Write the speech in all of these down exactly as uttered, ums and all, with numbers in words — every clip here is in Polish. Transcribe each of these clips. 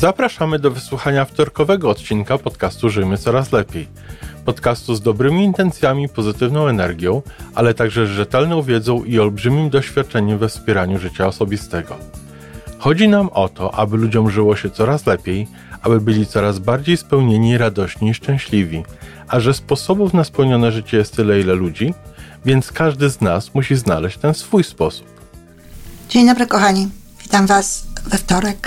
Zapraszamy do wysłuchania wtorkowego odcinka podcastu Żyjmy Coraz Lepiej. Podcastu z dobrymi intencjami, pozytywną energią, ale także z rzetelną wiedzą i olbrzymim doświadczeniem we wspieraniu życia osobistego. Chodzi nam o to, aby ludziom żyło się coraz lepiej, aby byli coraz bardziej spełnieni, radośni i szczęśliwi. A że sposobów na spełnione życie jest tyle, ile ludzi, więc każdy z nas musi znaleźć ten swój sposób. Dzień dobry, kochani. Witam Was we wtorek.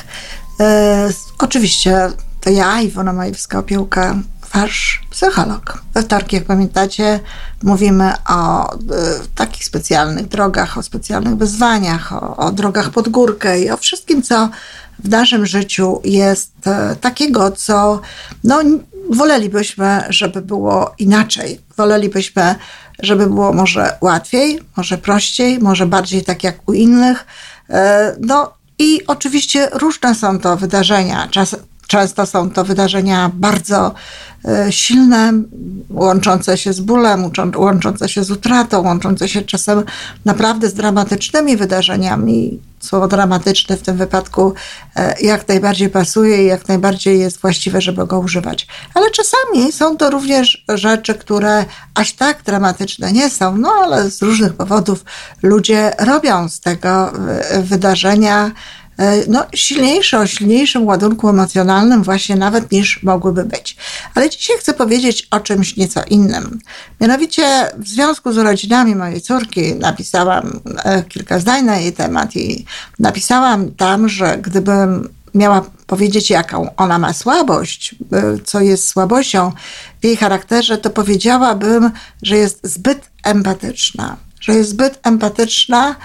E, oczywiście to ja, Iwona Majewska-Opiełka, Wasz psycholog. We wtorki, jak pamiętacie, mówimy o e, takich specjalnych drogach, o specjalnych wyzwaniach, o, o drogach pod górkę i o wszystkim, co w naszym życiu jest e, takiego, co no, wolelibyśmy, żeby było inaczej. Wolelibyśmy, żeby było może łatwiej, może prościej, może bardziej tak jak u innych. E, no i oczywiście różne są to wydarzenia. Czas, często są to wydarzenia bardzo e, silne, łączące się z bólem, łączące się z utratą, łączące się czasem naprawdę z dramatycznymi wydarzeniami. Słowo dramatyczne w tym wypadku e, jak najbardziej pasuje i jak najbardziej jest właściwe, żeby go używać. Ale czasami są to również rzeczy, które aż tak dramatyczne nie są, no ale z różnych powodów ludzie robią z tego e, wydarzenia no, silniejsze, o silniejszym ładunku emocjonalnym właśnie nawet niż mogłyby być. Ale dzisiaj chcę powiedzieć o czymś nieco innym. Mianowicie w związku z urodzinami mojej córki napisałam kilka zdań na jej temat i napisałam tam, że gdybym miała powiedzieć, jaką ona ma słabość, co jest słabością w jej charakterze, to powiedziałabym, że jest zbyt empatyczna. Że jest zbyt empatyczna,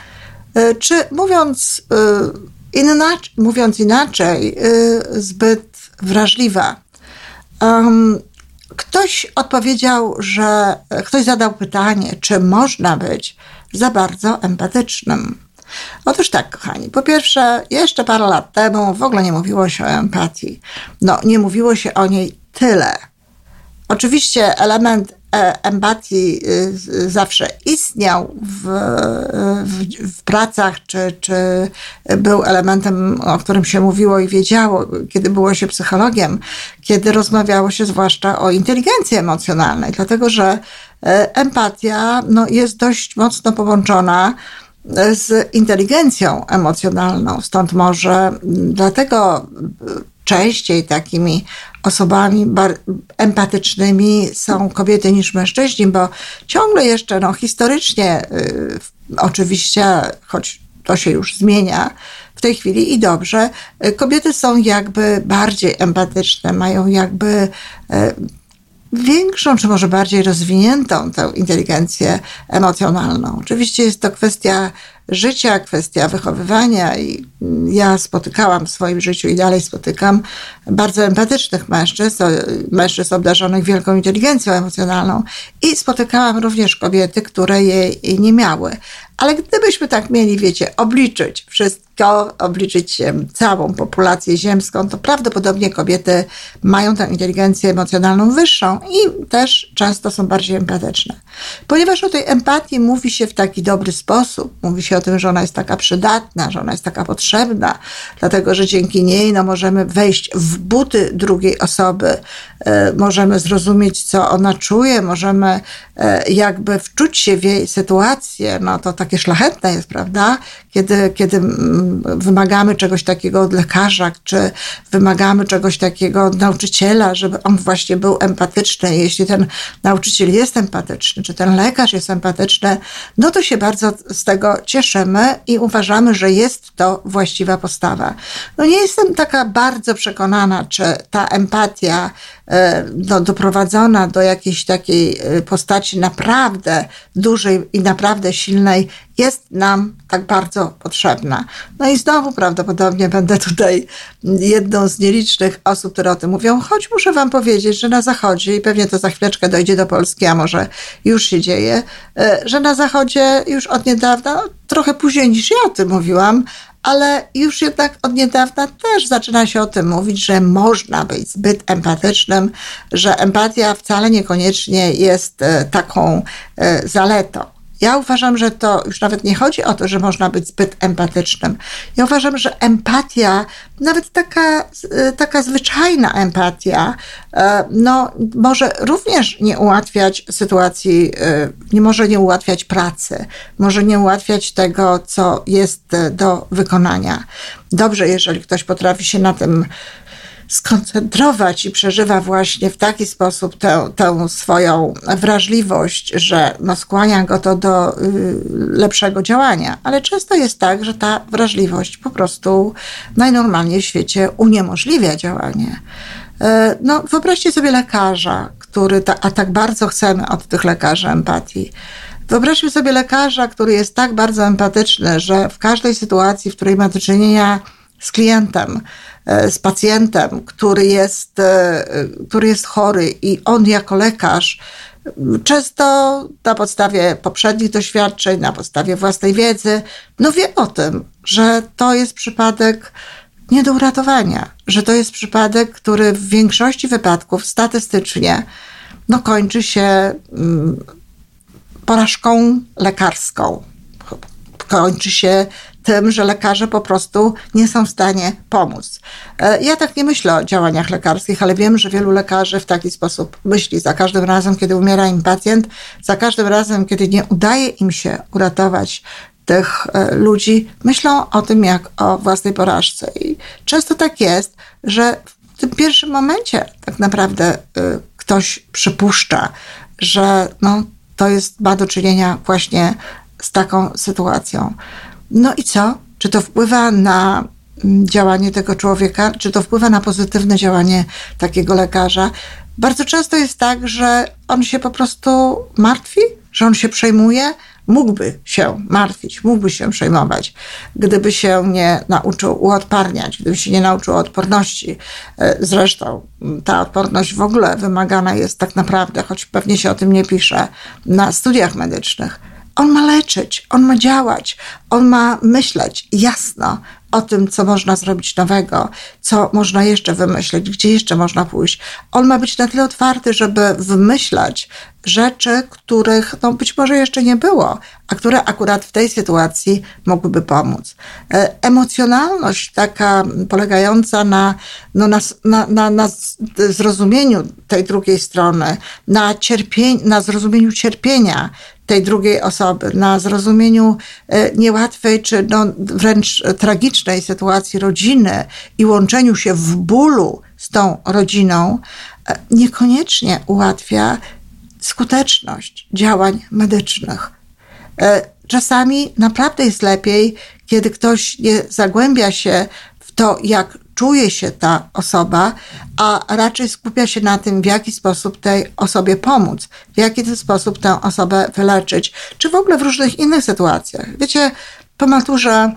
czy mówiąc Inaczej, mówiąc inaczej, yy, zbyt wrażliwa. Um, ktoś odpowiedział, że ktoś zadał pytanie, czy można być za bardzo empatycznym. Otóż tak, kochani, po pierwsze, jeszcze parę lat temu w ogóle nie mówiło się o empatii. No, nie mówiło się o niej tyle. Oczywiście element empatii zawsze istniał w, w, w pracach, czy, czy był elementem, o którym się mówiło i wiedziało, kiedy było się psychologiem, kiedy rozmawiało się zwłaszcza o inteligencji emocjonalnej, dlatego że empatia no, jest dość mocno połączona z inteligencją emocjonalną. Stąd może dlatego częściej takimi osobami bar- empatycznymi są kobiety niż mężczyźni, bo ciągle jeszcze no, historycznie y, oczywiście, choć to się już zmienia w tej chwili i dobrze, y, kobiety są jakby bardziej empatyczne, mają jakby y, większą, czy może bardziej rozwiniętą tę inteligencję emocjonalną. Oczywiście jest to kwestia życia, kwestia wychowywania i ja spotykałam w swoim życiu i dalej spotykam bardzo empatycznych mężczyzn, mężczyzn obdarzonych wielką inteligencją emocjonalną i spotykałam również kobiety, które jej nie miały. Ale gdybyśmy tak mieli, wiecie, obliczyć wszystko, obliczyć całą populację ziemską, to prawdopodobnie kobiety mają tę inteligencję emocjonalną wyższą i też często są bardziej empatyczne. Ponieważ o tej empatii mówi się w taki dobry sposób, mówi się o tym, że ona jest taka przydatna, że ona jest taka potrzebna, dlatego że dzięki niej no, możemy wejść w buty drugiej osoby, e, możemy zrozumieć, co ona czuje, możemy e, jakby wczuć się w jej sytuację, no to takie szlachetne jest, prawda? Kiedy, kiedy wymagamy czegoś takiego od lekarza, czy wymagamy czegoś takiego od nauczyciela, żeby on właśnie był empatyczny. Jeśli ten nauczyciel jest empatyczny, czy ten lekarz jest empatyczny, no to się bardzo z tego cieszymy i uważamy, że jest to właściwa postawa. No nie jestem taka bardzo przekonana, czy ta empatia no, doprowadzona do jakiejś takiej postaci naprawdę dużej i naprawdę silnej jest nam tak bardzo potrzebna. No i znowu prawdopodobnie będę tutaj jedną z nielicznych osób, które o tym mówią, choć muszę wam powiedzieć, że na Zachodzie, i pewnie to za chwileczkę dojdzie do Polski, a może już się dzieje, że na Zachodzie już od niedawna, no, trochę później niż ja o tym mówiłam, ale już jednak od niedawna też zaczyna się o tym mówić, że można być zbyt empatycznym, że empatia wcale niekoniecznie jest taką zaletą. Ja uważam, że to już nawet nie chodzi o to, że można być zbyt empatycznym. Ja uważam, że empatia, nawet taka, taka zwyczajna empatia, no, może również nie ułatwiać sytuacji, nie może nie ułatwiać pracy, może nie ułatwiać tego, co jest do wykonania. Dobrze, jeżeli ktoś potrafi się na tym skoncentrować i przeżywa właśnie w taki sposób tę, tę swoją wrażliwość, że no skłania go to do y, lepszego działania. Ale często jest tak, że ta wrażliwość po prostu najnormalniej w świecie uniemożliwia działanie. Y, no wyobraźcie sobie lekarza, który, ta, a tak bardzo chcemy od tych lekarzy empatii. Wyobraźmy sobie lekarza, który jest tak bardzo empatyczny, że w każdej sytuacji, w której ma do czynienia z klientem, z pacjentem, który jest, który jest chory i on jako lekarz często na podstawie poprzednich doświadczeń, na podstawie własnej wiedzy, no wie o tym, że to jest przypadek nie do uratowania, że to jest przypadek, który w większości wypadków statystycznie no, kończy się porażką lekarską. Kończy się tym, że lekarze po prostu nie są w stanie pomóc. Ja tak nie myślę o działaniach lekarskich, ale wiem, że wielu lekarzy w taki sposób myśli. Za każdym razem, kiedy umiera im pacjent, za każdym razem, kiedy nie udaje im się uratować tych ludzi, myślą o tym jak o własnej porażce. I często tak jest, że w tym pierwszym momencie tak naprawdę ktoś przypuszcza, że no, to jest, ma do czynienia właśnie z taką sytuacją. No i co? Czy to wpływa na działanie tego człowieka? Czy to wpływa na pozytywne działanie takiego lekarza? Bardzo często jest tak, że on się po prostu martwi, że on się przejmuje. Mógłby się martwić, mógłby się przejmować, gdyby się nie nauczył uodparniać, gdyby się nie nauczył odporności. Zresztą ta odporność w ogóle wymagana jest tak naprawdę, choć pewnie się o tym nie pisze, na studiach medycznych. On ma leczyć, on ma działać, on ma myśleć jasno o tym, co można zrobić nowego, co można jeszcze wymyślić, gdzie jeszcze można pójść. On ma być na tyle otwarty, żeby wymyślać rzeczy, których no, być może jeszcze nie było, a które akurat w tej sytuacji mogłyby pomóc. Emocjonalność taka polegająca na, no, na, na, na, na zrozumieniu tej drugiej strony, na, cierpień, na zrozumieniu cierpienia tej drugiej osoby, na zrozumieniu niełatwej czy no, wręcz tragicznej sytuacji rodziny i łączeniu się w bólu z tą rodziną, niekoniecznie ułatwia skuteczność działań medycznych. Czasami naprawdę jest lepiej, kiedy ktoś nie zagłębia się w to, jak czuje się ta osoba, a raczej skupia się na tym, w jaki sposób tej osobie pomóc, w jaki sposób tę osobę wyleczyć, czy w ogóle w różnych innych sytuacjach. Wiecie, po maturze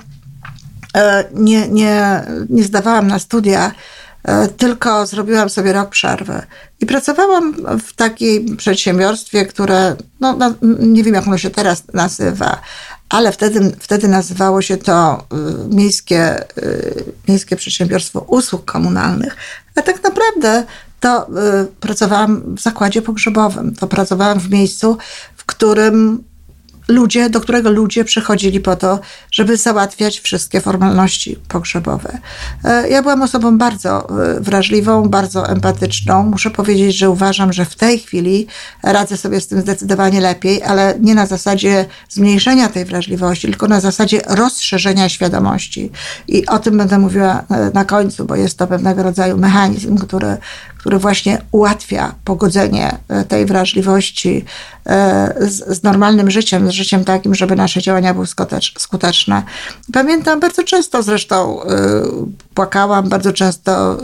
nie, nie, nie zdawałam na studia, tylko zrobiłam sobie rok przerwy. I pracowałam w takim przedsiębiorstwie, które, no, no nie wiem jak ono się teraz nazywa, ale wtedy, wtedy nazywało się to Miejskie, Miejskie Przedsiębiorstwo Usług Komunalnych. A tak naprawdę to pracowałam w zakładzie pogrzebowym. To pracowałam w miejscu, w którym ludzie, do którego ludzie przychodzili po to, żeby załatwiać wszystkie formalności pogrzebowe. Ja byłam osobą bardzo wrażliwą, bardzo empatyczną. Muszę powiedzieć, że uważam, że w tej chwili radzę sobie z tym zdecydowanie lepiej, ale nie na zasadzie zmniejszenia tej wrażliwości, tylko na zasadzie rozszerzenia świadomości. I o tym będę mówiła na końcu, bo jest to pewnego rodzaju mechanizm, który, który właśnie ułatwia pogodzenie tej wrażliwości z, z normalnym życiem, z życiem takim, żeby nasze działania były skuteczne. Pamiętam, bardzo często zresztą płakałam, bardzo często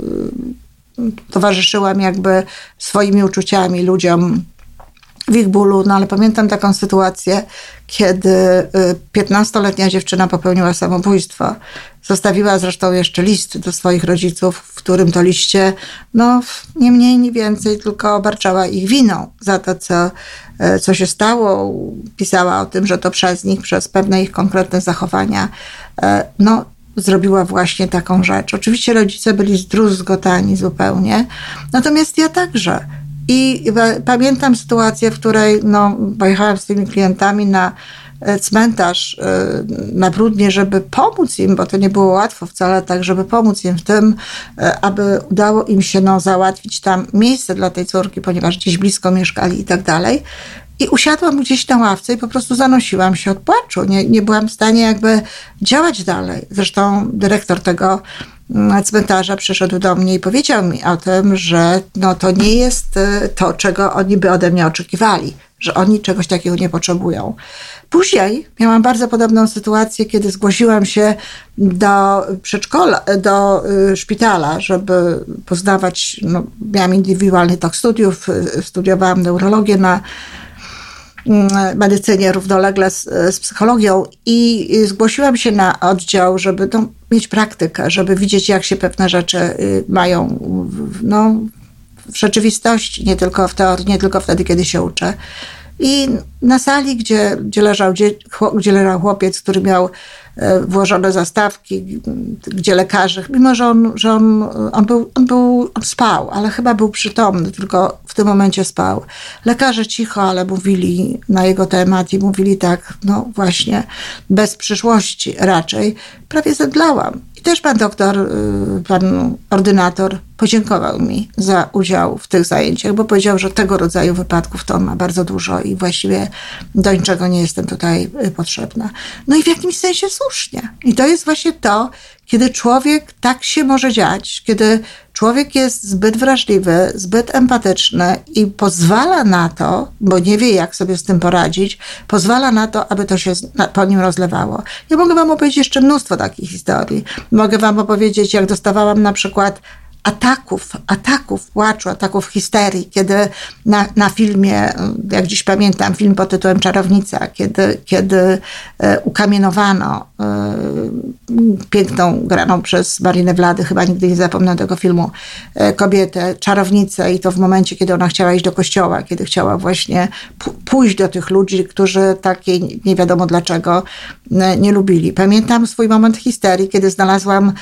towarzyszyłam jakby swoimi uczuciami ludziom w ich bólu, no ale pamiętam taką sytuację, kiedy piętnastoletnia dziewczyna popełniła samobójstwo. Zostawiła zresztą jeszcze list do swoich rodziców, w którym to liście, no nie mniej, nie więcej, tylko obarczała ich winą za to, co, co się stało. Pisała o tym, że to przez nich, przez pewne ich konkretne zachowania, no zrobiła właśnie taką rzecz. Oczywiście rodzice byli zdruzgotani zupełnie, natomiast ja także. I pamiętam sytuację, w której no, pojechałam z tymi klientami na cmentarz na Bródnie, żeby pomóc im, bo to nie było łatwo wcale, tak, żeby pomóc im w tym, aby udało im się no, załatwić tam miejsce dla tej córki, ponieważ gdzieś blisko mieszkali i tak dalej. I usiadłam gdzieś na ławce i po prostu zanosiłam się od płaczu. Nie, nie byłam w stanie jakby działać dalej. Zresztą dyrektor tego cmentarza przyszedł do mnie i powiedział mi o tym, że no, to nie jest to, czego oni by ode mnie oczekiwali, że oni czegoś takiego nie potrzebują. Później miałam bardzo podobną sytuację, kiedy zgłosiłam się do przedszkola, do szpitala, żeby poznawać, no, miałam indywidualny tok studiów, studiowałam neurologię na medycynie równolegle z, z psychologią i zgłosiłam się na oddział, żeby no, mieć praktykę, żeby widzieć, jak się pewne rzeczy mają no, w rzeczywistości, nie tylko w teorii, nie tylko wtedy, kiedy się uczę. I na sali, gdzie, gdzie, leżał, gdzie, gdzie leżał chłopiec, który miał włożone zastawki, gdzie lekarze, mimo że on, że on, on, był, on, był, on spał, ale chyba był przytomny, tylko w tym momencie spał. Lekarze cicho, ale mówili na jego temat i mówili tak, no właśnie, bez przyszłości raczej. Prawie zemdlałam. I też pan doktor, pan ordynator podziękował mi za udział w tych zajęciach, bo powiedział, że tego rodzaju wypadków to on ma bardzo dużo i właściwie do niczego nie jestem tutaj potrzebna. No i w jakimś sensie słusznie. I to jest właśnie to, kiedy człowiek tak się może dziać, kiedy człowiek jest zbyt wrażliwy, zbyt empatyczny i pozwala na to, bo nie wie, jak sobie z tym poradzić, pozwala na to, aby to się po nim rozlewało. Ja mogę wam opowiedzieć jeszcze mnóstwo takich historii. Mogę wam opowiedzieć, jak dostawałam na przykład ataków, ataków płaczu, ataków histerii, kiedy na, na filmie, jak dziś pamiętam, film pod tytułem Czarownica, kiedy, kiedy ukamienowano piękną, graną przez Marinę Wlady, chyba nigdy nie zapomnę tego filmu, kobietę, czarownicę, i to w momencie, kiedy ona chciała iść do kościoła, kiedy chciała właśnie pójść do tych ludzi, którzy takiej nie wiadomo dlaczego nie lubili. Pamiętam swój moment histerii, kiedy znalazłam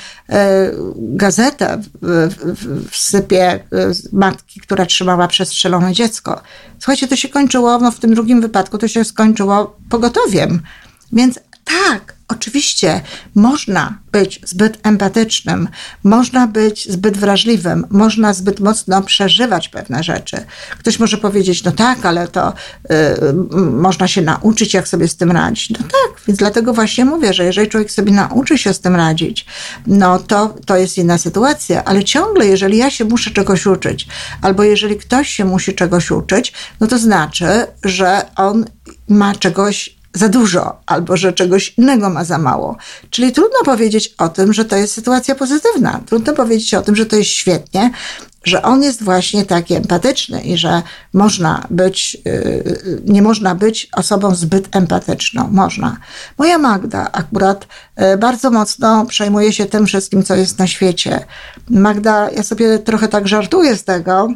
gazetę w, w, w sypie matki, która trzymała przestrzelone dziecko. Słuchajcie, to się kończyło, no w tym drugim wypadku to się skończyło pogotowiem. Więc tak, oczywiście można być zbyt empatycznym, można być zbyt wrażliwym, można zbyt mocno przeżywać pewne rzeczy. Ktoś może powiedzieć, no tak, ale to y, można się nauczyć, jak sobie z tym radzić. No tak, więc dlatego właśnie mówię, że jeżeli człowiek sobie nauczy się z tym radzić, no to, to jest inna sytuacja, ale ciągle, jeżeli ja się muszę czegoś uczyć, albo jeżeli ktoś się musi czegoś uczyć, no to znaczy, że on ma czegoś za dużo, albo że czegoś innego ma za mało. Czyli trudno powiedzieć o tym, że to jest sytuacja pozytywna. Trudno powiedzieć o tym, że to jest świetnie, że on jest właśnie taki empatyczny i że można być, nie można być osobą zbyt empatyczną. Można. Moja Magda akurat bardzo mocno przejmuje się tym wszystkim, co jest na świecie. Magda, ja sobie trochę tak żartuję z tego,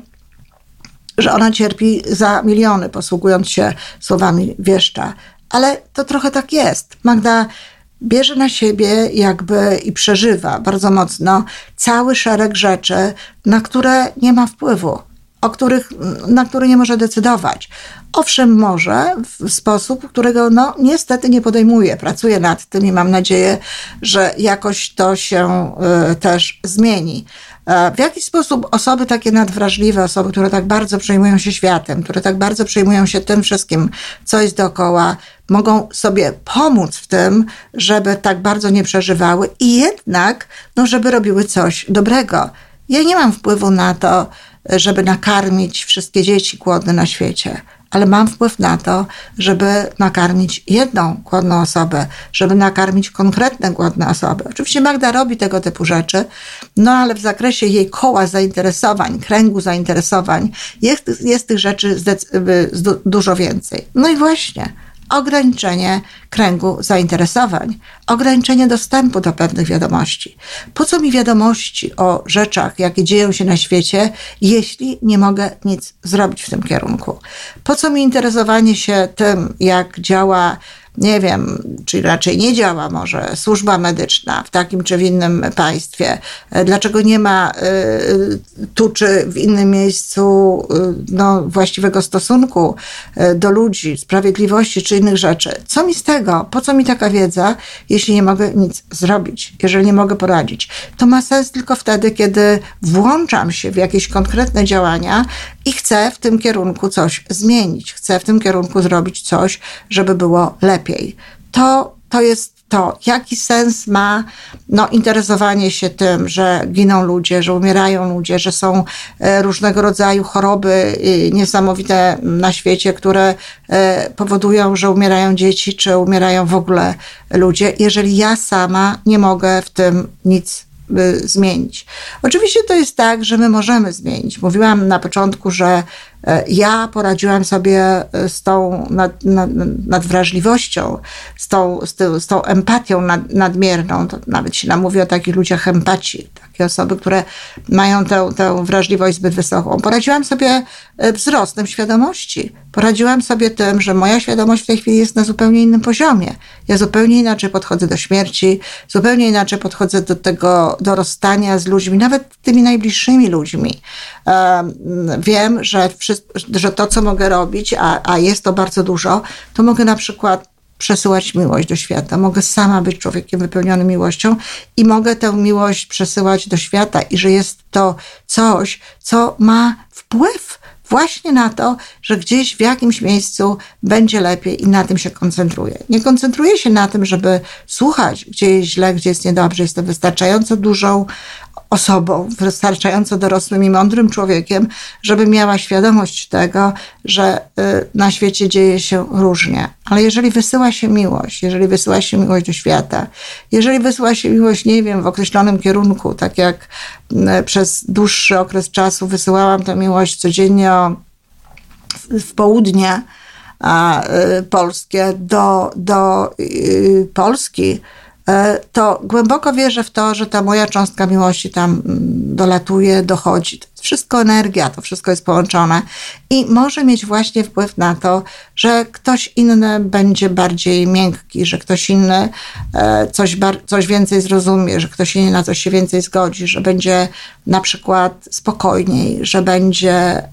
że ona cierpi za miliony, posługując się słowami wieszcza. Ale to trochę tak jest. Magda bierze na siebie jakby i przeżywa bardzo mocno cały szereg rzeczy, na które nie ma wpływu, o których, na które nie może decydować. Owszem, może w sposób, którego no, niestety nie podejmuje. Pracuje nad tym i mam nadzieję, że jakoś to się y, też zmieni. W jaki sposób osoby takie nadwrażliwe, osoby, które tak bardzo przejmują się światem, które tak bardzo przejmują się tym wszystkim, co jest dookoła, mogą sobie pomóc w tym, żeby tak bardzo nie przeżywały i jednak, no, żeby robiły coś dobrego. Ja nie mam wpływu na to, żeby nakarmić wszystkie dzieci głodne na świecie, ale mam wpływ na to, żeby nakarmić jedną głodną osobę, żeby nakarmić konkretne głodne osoby. Oczywiście Magda robi tego typu rzeczy, no ale w zakresie jej koła zainteresowań, kręgu zainteresowań jest, jest tych rzeczy zdecy- dużo więcej. No i właśnie ograniczenie kręgu zainteresowań, ograniczenie dostępu do pewnych wiadomości. Po co mi wiadomości o rzeczach, jakie dzieją się na świecie, jeśli nie mogę nic zrobić w tym kierunku? Po co mi interesowanie się tym, jak działa nie wiem, czy raczej nie działa może służba medyczna w takim czy w innym państwie, dlaczego nie ma tu czy w innym miejscu no, właściwego stosunku do ludzi, sprawiedliwości czy innych rzeczy. Co mi z tego? Po co mi taka wiedza, jeśli nie mogę nic zrobić, jeżeli nie mogę poradzić? To ma sens tylko wtedy, kiedy włączam się w jakieś konkretne działania i chcę w tym kierunku coś zmienić. Chcę w tym kierunku zrobić coś, żeby było lepiej. To, to jest to, jaki sens ma no, interesowanie się tym, że giną ludzie, że umierają ludzie, że są różnego rodzaju choroby niesamowite na świecie, które powodują, że umierają dzieci, czy umierają w ogóle ludzie, jeżeli ja sama nie mogę w tym nic zmienić. Oczywiście to jest tak, że my możemy zmienić. Mówiłam na początku, że ja poradziłam sobie z tą nad, nad, nadwrażliwością, z tą, z, tą, z tą empatią nad, nadmierną. To nawet się nam mówi o takich ludziach empaci, takie osoby, które mają tę, tę wrażliwość zbyt wysoką. Poradziłam sobie wzrostem świadomości. Poradziłam sobie tym, że moja świadomość w tej chwili jest na zupełnie innym poziomie. Ja zupełnie inaczej podchodzę do śmierci, zupełnie inaczej podchodzę do tego, do rozstania z ludźmi, nawet tymi najbliższymi ludźmi. Wiem, że, że to, co mogę robić, a, a jest to bardzo dużo, to mogę na przykład przesyłać miłość do świata. Mogę sama być człowiekiem wypełnionym miłością i mogę tę miłość przesyłać do świata i że jest to coś, co ma wpływ właśnie na to, że gdzieś w jakimś miejscu będzie lepiej i na tym się koncentruję. Nie koncentruję się na tym, żeby słuchać, gdzie jest źle, gdzie jest niedobrze. Jestem wystarczająco dużą osobą, wystarczająco dorosłym i mądrym człowiekiem, żeby miała świadomość tego, że na świecie dzieje się różnie. Ale jeżeli wysyła się miłość, jeżeli wysyła się miłość do świata, jeżeli wysyła się miłość, nie wiem, w określonym kierunku, tak jak przez dłuższy okres czasu wysyłałam tę miłość codziennie o, w południe a, y, polskie do, do y, Polski, to głęboko wierzę w to, że ta moja cząstka miłości tam dolatuje, dochodzi. To jest wszystko energia, to wszystko jest połączone i może mieć właśnie wpływ na to, że ktoś inny będzie bardziej miękki, że ktoś inny coś, coś więcej zrozumie, że ktoś inny na coś się więcej zgodzi, że będzie na przykład spokojniej, że będzie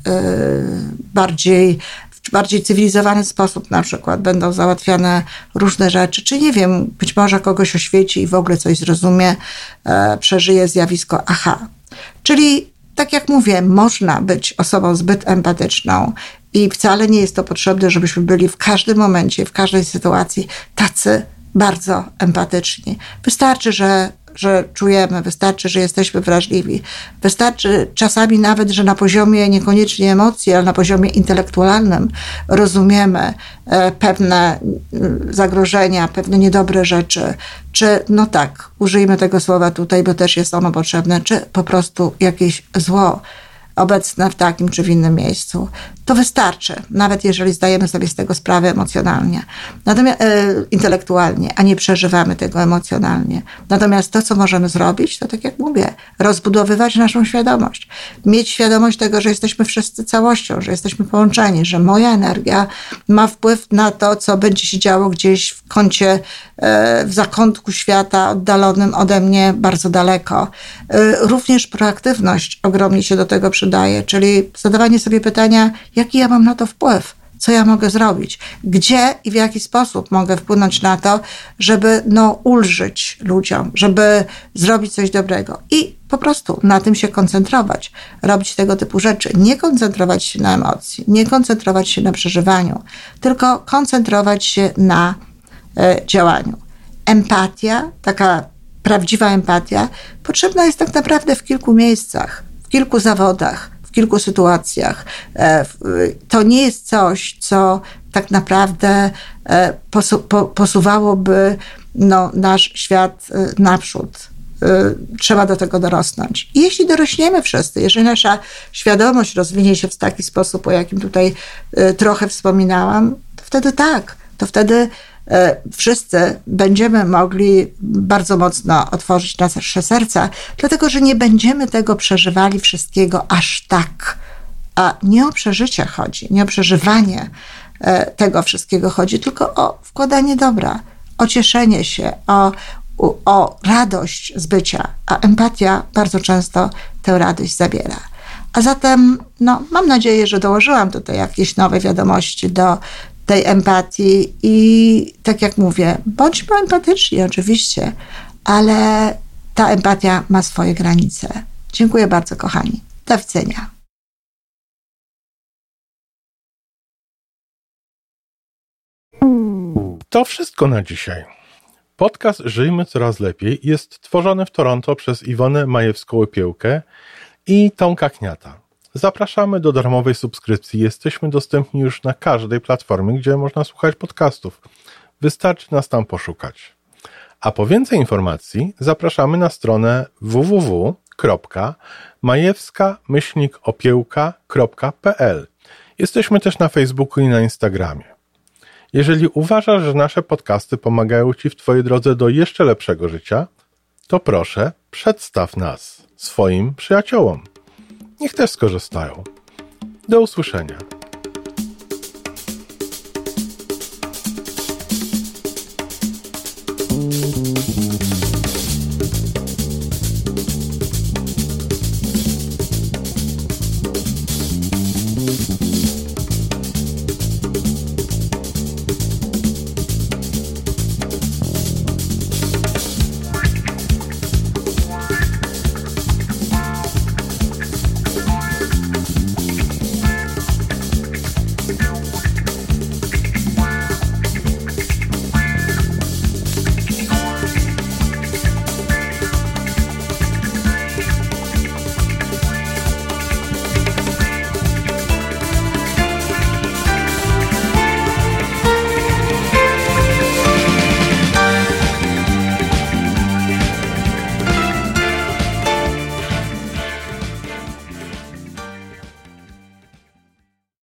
bardziej w bardziej cywilizowany sposób na przykład będą załatwiane różne rzeczy, czy nie wiem, być może kogoś oświeci i w ogóle coś zrozumie, e, przeżyje zjawisko aha. Czyli tak jak mówię, można być osobą zbyt empatyczną i wcale nie jest to potrzebne, żebyśmy byli w każdym momencie, w każdej sytuacji tacy bardzo empatyczni. Wystarczy, że że czujemy, wystarczy, że jesteśmy wrażliwi. Wystarczy czasami nawet, że na poziomie niekoniecznie emocji, ale na poziomie intelektualnym rozumiemy pewne zagrożenia, pewne niedobre rzeczy, czy no tak, użyjmy tego słowa tutaj, bo też jest ono potrzebne, czy po prostu jakieś zło obecne w takim czy w innym miejscu. To wystarczy, nawet jeżeli zdajemy sobie z tego sprawę emocjonalnie, natomiast e, intelektualnie, a nie przeżywamy tego emocjonalnie. Natomiast to, co możemy zrobić, to tak jak mówię, rozbudowywać naszą świadomość. Mieć świadomość tego, że jesteśmy wszyscy całością, że jesteśmy połączeni, że moja energia ma wpływ na to, co będzie się działo gdzieś w kącie, e, w zakątku świata, oddalonym ode mnie bardzo daleko. E, również proaktywność ogromnie się do tego przydaje, czyli zadawanie sobie pytania, jaki ja mam na to wpływ, co ja mogę zrobić, gdzie i w jaki sposób mogę wpłynąć na to, żeby no, ulżyć ludziom, żeby zrobić coś dobrego i po prostu na tym się koncentrować, robić tego typu rzeczy, nie koncentrować się na emocji, nie koncentrować się na przeżywaniu, tylko koncentrować się na e, działaniu. Empatia, taka prawdziwa empatia, potrzebna jest tak naprawdę w kilku miejscach, w kilku zawodach, w kilku sytuacjach. To nie jest coś, co tak naprawdę posu, po, posuwałoby no, nasz świat naprzód. Trzeba do tego dorosnąć. I jeśli dorośniemy wszyscy, jeżeli nasza świadomość rozwinie się w taki sposób, o jakim tutaj trochę wspominałam, to wtedy tak, to wtedy wszyscy będziemy mogli bardzo mocno otworzyć nasze serca, dlatego że nie będziemy tego przeżywali wszystkiego aż tak. A nie o przeżycie chodzi, nie o przeżywanie, tego wszystkiego chodzi, tylko o wkładanie dobra, o cieszenie się, o, o radość z bycia, a empatia bardzo często tę radość zabiera. A zatem no, mam nadzieję, że dołożyłam tutaj jakieś nowe wiadomości do tej empatii i tak jak mówię, bądźmy empatyczni oczywiście, ale ta empatia ma swoje granice. Dziękuję bardzo, kochani. Do widzenia. To wszystko na dzisiaj. Podcast Żyjmy Coraz Lepiej jest tworzony w Toronto przez Iwonę Majewską-Opiełkę i Tomka Kniata. Zapraszamy do darmowej subskrypcji. Jesteśmy dostępni już na każdej platformie, gdzie można słuchać podcastów. Wystarczy nas tam poszukać. A po więcej informacji zapraszamy na stronę w w w kropka majewska myślnik opiełka kropka p l. Jesteśmy też na Facebooku i na Instagramie. Jeżeli uważasz, że nasze podcasty pomagają Ci w Twojej drodze do jeszcze lepszego życia, to proszę, przedstaw nas swoim przyjaciołom. Niech też skorzystają. Do usłyszenia.